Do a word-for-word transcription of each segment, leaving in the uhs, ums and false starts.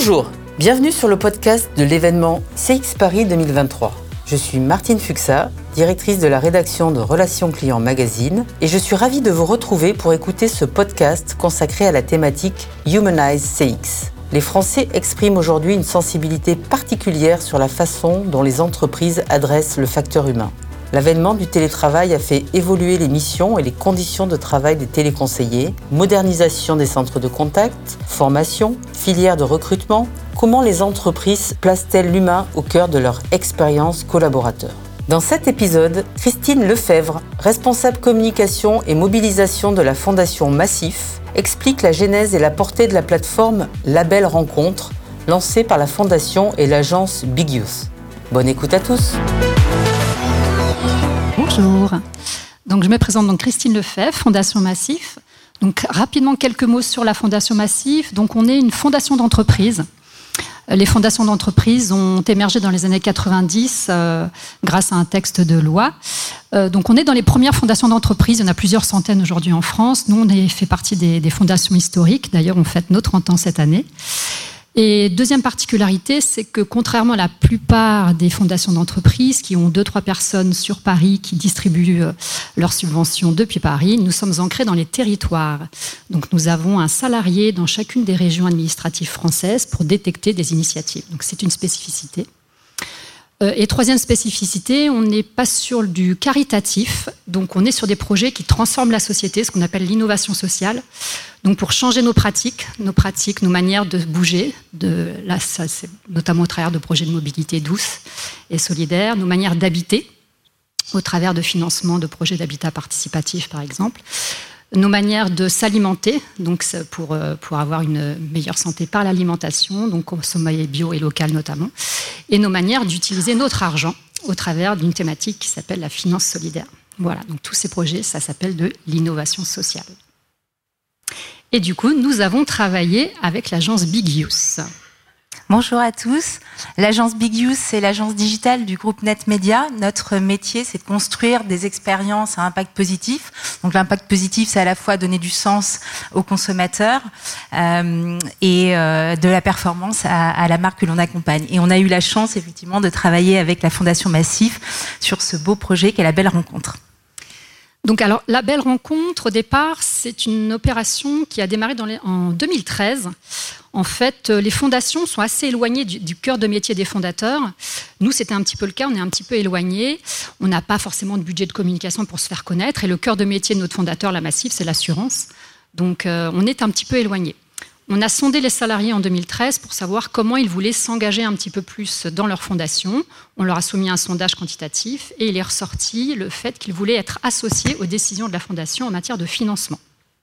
Bonjour, bienvenue sur le podcast de l'événement C X Paris deux mille vingt-trois. Je suis Martine Fuxa, directrice de la rédaction de Relations Clients Magazine, et je suis ravie de vous retrouver pour écouter ce podcast consacré à la thématique Humanize C X. Les Français expriment aujourd'hui une sensibilité particulière sur la façon dont les entreprises adressent le facteur humain. L'avènement du télétravail a fait évoluer les missions et les conditions de travail des téléconseillers, modernisation des centres de contact, formation, filière de recrutement. Comment les entreprises placent-elles l'humain au cœur de leur expérience collaborateur ? Dans cet épisode, Christine Lefebvre, responsable communication et mobilisation de la Fondation Massif, explique la genèse et la portée de la plateforme Label Rencontre, lancée par la Fondation et l'agence Big Youth. Bonne écoute à tous. Bonjour. Donc, je me présente donc Christine Lefebvre, Fondation Massif. Donc, rapidement, quelques mots sur la Fondation Massif. Donc, on est une fondation d'entreprise. Les fondations d'entreprise ont émergé dans les années quatre-vingt-dix euh, grâce à un texte de loi. Euh, donc, on est dans les premières fondations d'entreprise. Il y en a plusieurs centaines aujourd'hui en France. Nous, on est fait partie des, des fondations historiques. D'ailleurs, on fête nos trente ans cette année. Et deuxième particularité, c'est que contrairement à la plupart des fondations d'entreprise qui ont deux, trois personnes sur Paris qui distribuent leurs subventions depuis Paris, nous sommes ancrés dans les territoires. Donc nous avons un salarié dans chacune des régions administratives françaises pour détecter des initiatives. Donc c'est une spécificité. Et troisième spécificité, on n'est pas sur du caritatif, donc on est sur des projets qui transforment la société, ce qu'on appelle l'innovation sociale. Donc pour changer nos pratiques, nos pratiques, nos manières de bouger, de, là ça, c'est notamment au travers de projets de mobilité douce et solidaire, nos manières d'habiter, au travers de financement de projets d'habitat participatif par exemple, nos manières de s'alimenter, donc pour, pour avoir une meilleure santé par l'alimentation, donc consommer bio et local notamment, et nos manières d'utiliser notre argent au travers d'une thématique qui s'appelle la finance solidaire. Voilà, donc tous ces projets, ça s'appelle de l'innovation sociale. Et du coup, nous avons travaillé avec l'agence Big Youth. Bonjour à tous. L'agence Big Youth, c'est l'agence digitale du groupe NetMedia. Notre métier, c'est de construire des expériences à impact positif. Donc l'impact positif, c'est à la fois donner du sens aux consommateurs euh, et euh, de la performance à, à la marque que l'on accompagne. Et on a eu la chance, effectivement, de travailler avec la Fondation Massif sur ce beau projet qu'est la Belle Rencontre. Donc alors, la Belle Rencontre, au départ, c'est une opération qui a démarré dans les, en deux mille treize. En fait, les fondations sont assez éloignées du, du cœur de métier des fondateurs. Nous, c'était un petit peu le cas, on est un petit peu éloignés. On n'a pas forcément de budget de communication pour se faire connaître. Et le cœur de métier de notre fondateur, la Massif, c'est l'assurance. Donc, euh, on est un petit peu éloignés. On a sondé les salariés en deux mille treize pour savoir comment ils voulaient s'engager un petit peu plus dans leur fondation. On leur a soumis un sondage quantitatif et il est ressorti le fait qu'ils voulaient être associés aux décisions de la fondation en matière de financement.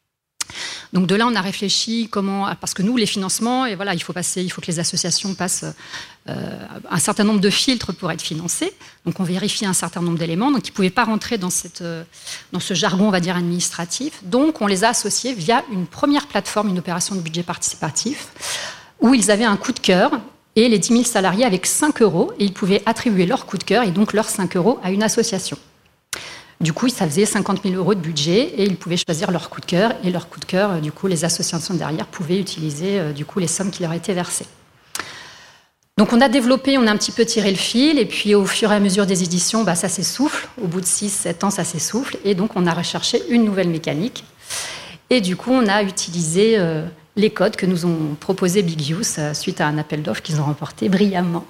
Donc de là, on a réfléchi comment, parce que nous, les financements, et voilà, il faut passer, il faut que les associations passent euh, un certain nombre de filtres pour être financées. Donc on vérifie un certain nombre d'éléments. Donc ils ne pouvaient pas rentrer dans cette, euh, dans ce jargon, on va dire administratif. Donc on les a associés via une première plateforme, une opération de budget participatif, où ils avaient un coup de cœur et les dix mille salariés avec cinq euros et ils pouvaient attribuer leur coup de cœur et donc leurs cinq euros à une association. Du coup, ça faisait cinquante mille euros de budget et ils pouvaient choisir leur coup de cœur. Et leur coup de cœur, du coup, les associations derrière pouvaient utiliser du coup, les sommes qui leur étaient versées. Donc on a développé, on a un petit peu tiré le fil. Et puis au fur et à mesure des éditions, bah, ça s'essouffle. Au bout de six sept ans, ça s'essouffle. Et donc on a recherché une nouvelle mécanique. Et du coup, on a utilisé euh, les codes que nous ont proposés Big Youth euh, suite à un appel d'offres qu'ils ont remporté brillamment.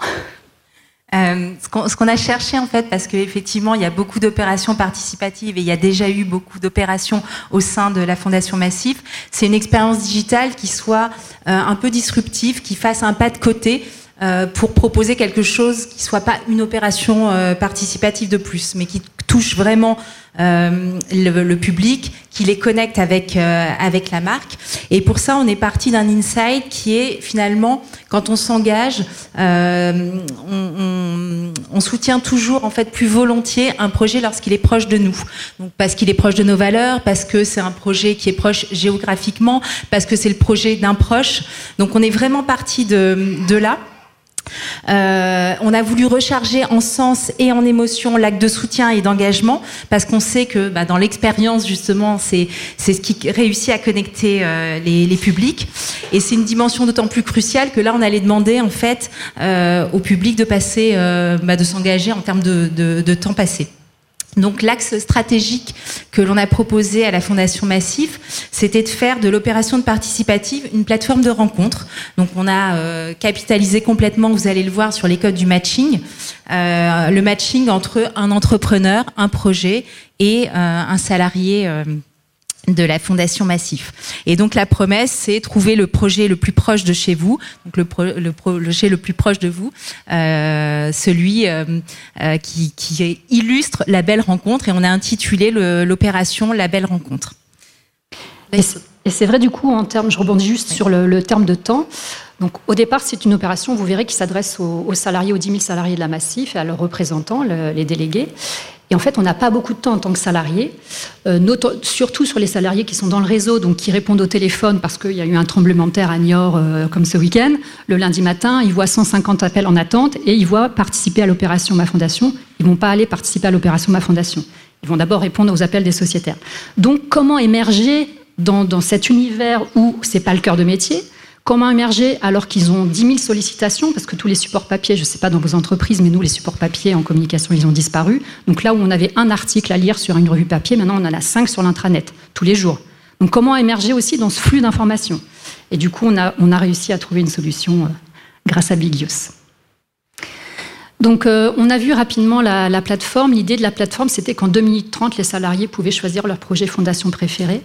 Euh, ce, qu'on, ce qu'on a cherché en fait, parce qu'effectivement il y a beaucoup d'opérations participatives et il y a déjà eu beaucoup d'opérations au sein de la Fondation Massif, c'est une expérience digitale qui soit euh, un peu disruptive, qui fasse un pas de côté euh, pour proposer quelque chose qui soit pas une opération euh, participative de plus, mais qui touche vraiment euh, le, le public, qui les connecte avec euh, avec la marque. Et pour ça, on est parti d'un insight qui est finalement, quand on s'engage, euh, on, on, on soutient toujours en fait plus volontiers un projet lorsqu'il est proche de nous. Donc parce qu'il est proche de nos valeurs, parce que c'est un projet qui est proche géographiquement, parce que c'est le projet d'un proche. Donc on est vraiment parti de de là. Euh, on a voulu recharger en sens et en émotion l'acte de soutien et d'engagement, parce qu'on sait que bah, dans l'expérience, justement, c'est, c'est ce qui réussit à connecter euh, les, les publics. Et c'est une dimension d'autant plus cruciale que là, on allait demander en fait euh, au public de passer, euh, bah, de s'engager en termes de, de, de temps passé. Donc l'axe stratégique que l'on a proposé à la Fondation Massif, c'était de faire de l'opération de participative une plateforme de rencontre. Donc on a euh, capitalisé complètement, vous allez le voir, sur les codes du matching, euh, le matching entre un entrepreneur, un projet et euh, un salarié euh, de la Fondation Massif. Et donc la promesse, c'est trouver le projet le plus proche de chez vous, donc le, pro, le projet le plus proche de vous, euh, celui euh, euh, qui, qui illustre la belle rencontre. Et on a intitulé le, l'opération La Belle Rencontre. Et c'est, et c'est vrai, du coup, en termes, je rebondis juste oui. sur le, le terme de temps. Donc au départ, c'est une opération, vous verrez, qui s'adresse aux, aux salariés, aux dix mille salariés de la Massif et à leurs représentants, le, les délégués. Et en fait, on n'a pas beaucoup de temps en tant que salarié, euh, not- surtout sur les salariés qui sont dans le réseau, donc qui répondent au téléphone parce qu'il y a eu un tremblement de terre à Niort euh, comme ce week-end. Le lundi matin, ils voient cent cinquante appels en attente et ils voient participer à l'opération Ma Fondation. Ils ne vont pas aller participer à l'opération Ma Fondation. Ils vont d'abord répondre aux appels des sociétaires. Donc, comment émerger dans, dans cet univers où ce n'est pas le cœur de métier ? Comment émerger alors qu'ils ont dix mille sollicitations, parce que tous les supports papier, je ne sais pas dans vos entreprises, mais nous, les supports papier en communication, ils ont disparu. Donc là où on avait un article à lire sur une revue papier, maintenant on en a cinq sur l'intranet, tous les jours. Donc comment émerger aussi dans ce flux d'informations ? Et du coup, on a, on a réussi à trouver une solution euh, grâce à Bigios. Donc euh, on a vu rapidement la, la plateforme. L'idée de la plateforme, c'était qu'en deux minutes trente, les salariés pouvaient choisir leur projet fondation préféré.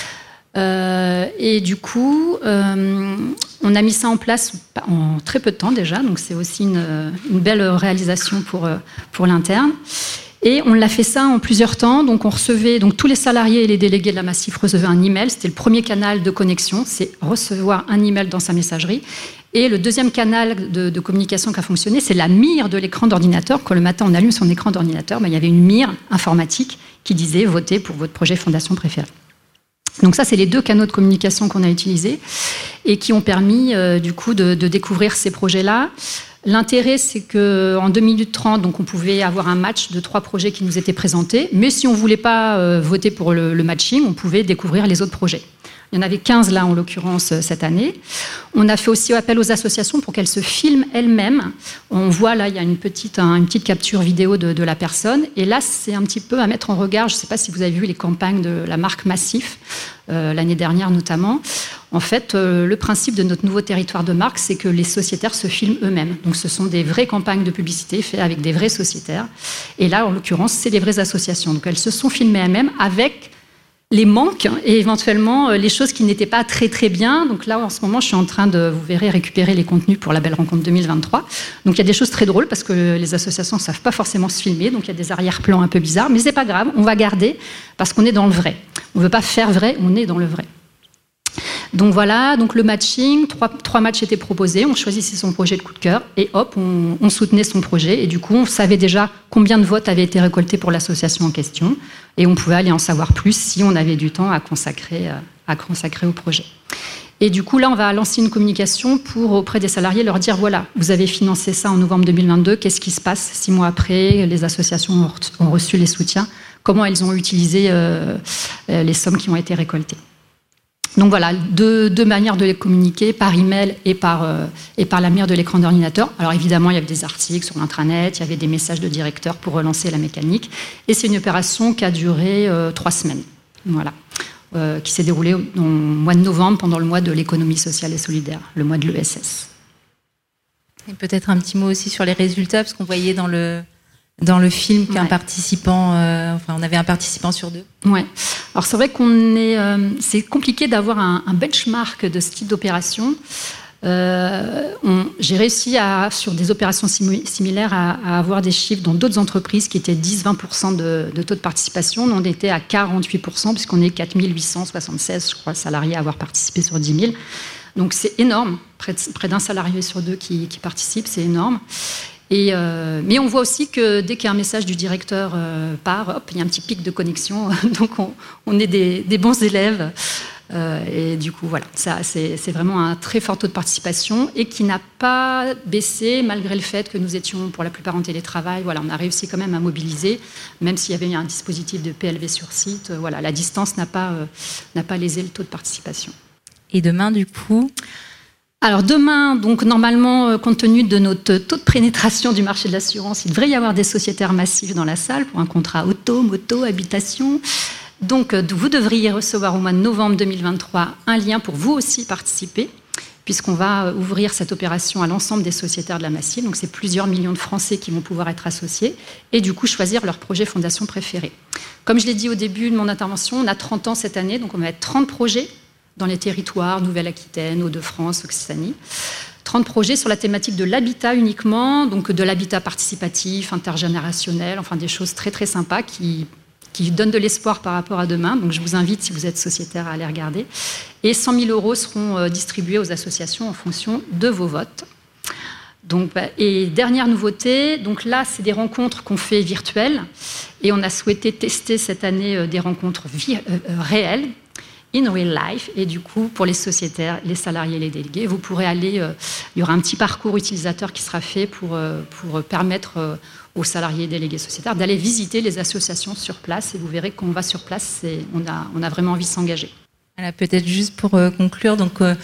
Euh, et du coup, euh, on a mis ça en place en très peu de temps déjà, donc c'est aussi une, une belle réalisation pour, pour l'interne. Et on l'a fait ça en plusieurs temps. Donc on recevait, donc tous les salariés et les délégués de la Massif recevaient un email. C'était le premier canal de connexion, c'est recevoir un email dans sa messagerie. Et le deuxième canal de, de communication qui a fonctionné, c'est la mire de l'écran d'ordinateur. Quand le matin on allume son écran d'ordinateur, ben, il y avait une mire informatique qui disait votez pour votre projet fondation préféré. Donc ça, c'est les deux canaux de communication qu'on a utilisés et qui ont permis euh, du coup de, de découvrir ces projets-là. L'intérêt, c'est qu'en deux minutes trente, donc on pouvait avoir un match de trois projets qui nous étaient présentés, mais si on ne voulait pas euh, voter pour le, le matching, on pouvait découvrir les autres projets. Il y en avait quinze là, en l'occurrence, cette année. On a fait aussi appel aux associations pour qu'elles se filment elles-mêmes. On voit là, il y a une petite, une petite capture vidéo de, de la personne. Et là, c'est un petit peu à mettre en regard. Je ne sais pas si vous avez vu les campagnes de la marque Massif, euh, l'année dernière notamment. En fait, euh, le principe de notre nouveau territoire de marque, c'est que les sociétaires se filment eux-mêmes. Donc, ce sont des vraies campagnes de publicité faites avec des vrais sociétaires. Et là, en l'occurrence, c'est des vraies associations. Donc, elles se sont filmées elles-mêmes avec les manques et éventuellement les choses qui n'étaient pas très très bien. Donc là, en ce moment, je suis en train de, vous verrez, récupérer les contenus pour la Belle Rencontre deux mille vingt-trois. Donc il y a des choses très drôles parce que les associations ne savent pas forcément se filmer. Donc il y a des arrière-plans un peu bizarres. Mais c'est pas grave, on va garder parce qu'on est dans le vrai. On ne veut pas faire vrai, on est dans le vrai. Donc voilà, donc le matching, trois, trois matchs étaient proposés, on choisissait son projet de coup de cœur et hop, on, on soutenait son projet et du coup on savait déjà combien de votes avaient été récoltés pour l'association en question et on pouvait aller en savoir plus si on avait du temps à consacrer, à consacrer au projet. Et du coup là on va lancer une communication pour auprès des salariés leur dire voilà, vous avez financé ça en novembre deux mille vingt-deux, qu'est-ce qui se passe six mois après, les associations ont reçu les soutiens, comment elles ont utilisé euh, les sommes qui ont été récoltées. Donc voilà, deux, deux manières de les communiquer, par email et par, euh, et par la mire de l'écran d'ordinateur. Alors évidemment, il y avait des articles sur l'intranet, il y avait des messages de directeurs pour relancer la mécanique. Et c'est une opération qui a duré euh, trois semaines, voilà, euh, qui s'est déroulée au mois de novembre, pendant le mois de l'économie sociale et solidaire, le mois de l'E S S. Et peut-être un petit mot aussi sur les résultats, parce qu'on voyait dans le... Dans le film qu'un ouais. participant, euh, enfin on avait un participant sur deux. Ouais. Alors c'est vrai qu'on est, euh, c'est compliqué d'avoir un, un benchmark de ce type d'opération. Euh, on, j'ai réussi à, sur des opérations simu- similaires à, à avoir des chiffres dans d'autres entreprises qui étaient dix à vingt pour cent de, de taux de participation. Nous, on était à quarante-huit pour cent puisqu'on est quatre mille huit cent soixante-seize, je crois, salariés à avoir participé sur dix mille. Donc c'est énorme, près, de, près d'un salarié sur deux qui, qui participe, c'est énorme. Et euh, mais on voit aussi que dès qu'un message du directeur euh, part, hop, il y a un petit pic de connexion. Donc on, on est des, des bons élèves. Euh, et du coup, voilà, ça, c'est, c'est vraiment un très fort taux de participation et qui n'a pas baissé malgré le fait que nous étions pour la plupart en télétravail. Voilà, on a réussi quand même à mobiliser, même s'il y avait un dispositif de P L V sur site. Euh, voilà, la distance n'a pas, euh, n'a pas lésé le taux de participation. Et demain, du coup ? Alors demain, donc normalement, compte tenu de notre taux de pénétration du marché de l'assurance, il devrait y avoir des sociétaires massifs dans la salle pour un contrat auto, moto, habitation. Donc vous devriez recevoir au mois de novembre deux mille vingt-trois un lien pour vous aussi participer, puisqu'on va ouvrir cette opération à l'ensemble des sociétaires de la massive. Donc c'est plusieurs millions de Français qui vont pouvoir être associés et du coup choisir leur projet fondation préféré. Comme je l'ai dit au début de mon intervention, on a trente ans cette année, donc on va être trente projets dans les territoires, Nouvelle-Aquitaine, Hauts-de-France, Occitanie. trente projets sur la thématique de l'habitat uniquement, donc de l'habitat participatif, intergénérationnel, enfin des choses très très sympas qui, qui donnent de l'espoir par rapport à demain. Donc je vous invite, si vous êtes sociétaire, à aller regarder. Et cent mille euros seront distribués aux associations en fonction de vos votes. Donc, et dernière nouveauté, donc là, c'est des rencontres qu'on fait virtuelles. Et on a souhaité tester cette année des rencontres vi- euh, réelles, in real life, et du coup, pour les sociétaires, les salariés et les délégués, vous pourrez aller, euh, il y aura un petit parcours utilisateur qui sera fait pour, euh, pour permettre euh, aux salariés et délégués sociétaires d'aller visiter les associations sur place, et vous verrez qu'on va sur place, c'est, on, a, on a vraiment envie de s'engager. Voilà, peut-être juste pour euh, conclure, donc euh,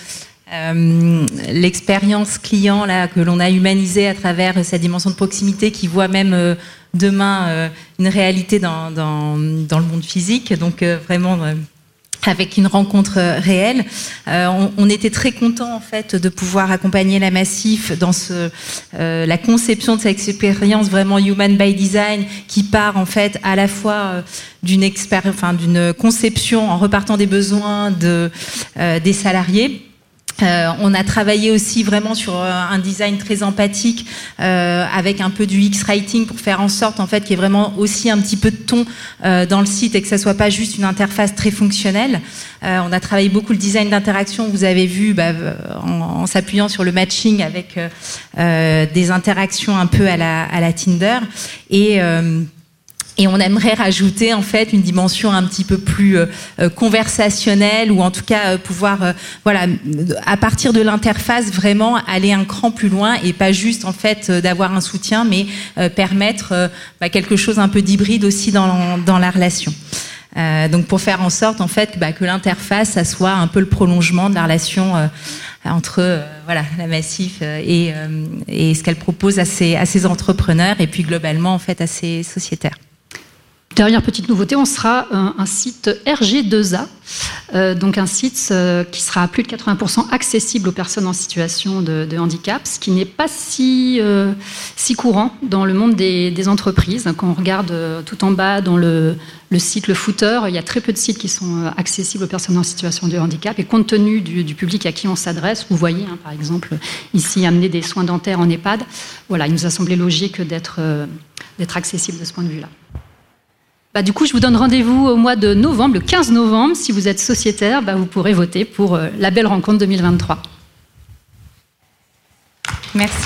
euh, l'expérience client là, que l'on a humanisée à travers cette dimension de proximité qui voit même euh, demain euh, une réalité dans, dans, dans le monde physique, donc euh, vraiment... Euh, avec une rencontre réelle. Euh, on, on était très contents en fait de pouvoir accompagner la Massif dans ce, euh, la conception de cette expérience vraiment human by design qui part en fait à la fois euh, d'une, expéri- enfin, d'une conception en repartant des besoins de, euh, des salariés. Euh, on a travaillé aussi vraiment sur euh, un design très empathique euh, avec un peu du X-Writing pour faire en sorte en fait qu'il y ait vraiment aussi un petit peu de ton euh, dans le site et que ça soit pas juste une interface très fonctionnelle. Euh, on a travaillé beaucoup le design d'interaction, vous avez vu bah, en, en s'appuyant sur le matching avec euh, euh, des interactions un peu à la, à la Tinder et euh, Et on aimerait rajouter en fait une dimension un petit peu plus euh, conversationnelle ou en tout cas euh, pouvoir, euh, voilà, à partir de l'interface vraiment aller un cran plus loin et pas juste en fait euh, d'avoir un soutien, mais euh, permettre euh, bah, quelque chose un peu d'hybride aussi dans, dans la relation. Euh, donc pour faire en sorte en fait bah, que l'interface ça soit un peu le prolongement de la relation euh, entre euh, voilà la Massif euh, et, euh, et ce qu'elle propose à ses, à ses entrepreneurs et puis globalement en fait à ses sociétaires. Dernière petite nouveauté, on sera un, un site R G deux A, euh, donc un site euh, qui sera à plus de quatre-vingts pour cent accessible aux personnes en situation de, de handicap, ce qui n'est pas si, euh, si courant dans le monde des, des entreprises. Quand on regarde euh, tout en bas dans le, le site, le footer, il y a très peu de sites qui sont accessibles aux personnes en situation de handicap. Et compte tenu du, du public à qui on s'adresse, vous voyez, hein, par exemple, ici, amener des soins dentaires en EHPAD, voilà, il nous a semblé logique d'être, euh, d'être accessible de ce point de vue-là. Bah, du coup, je vous donne rendez-vous au mois de novembre, le quinze novembre. Si vous êtes sociétaire, bah, vous pourrez voter pour euh, la belle rencontre deux mille vingt-trois. Merci.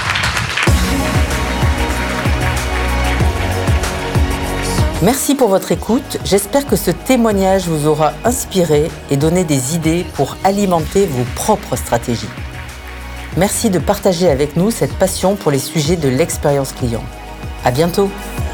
Merci pour votre écoute. J'espère que ce témoignage vous aura inspiré et donné des idées pour alimenter vos propres stratégies. Merci de partager avec nous cette passion pour les sujets de l'expérience client. À bientôt.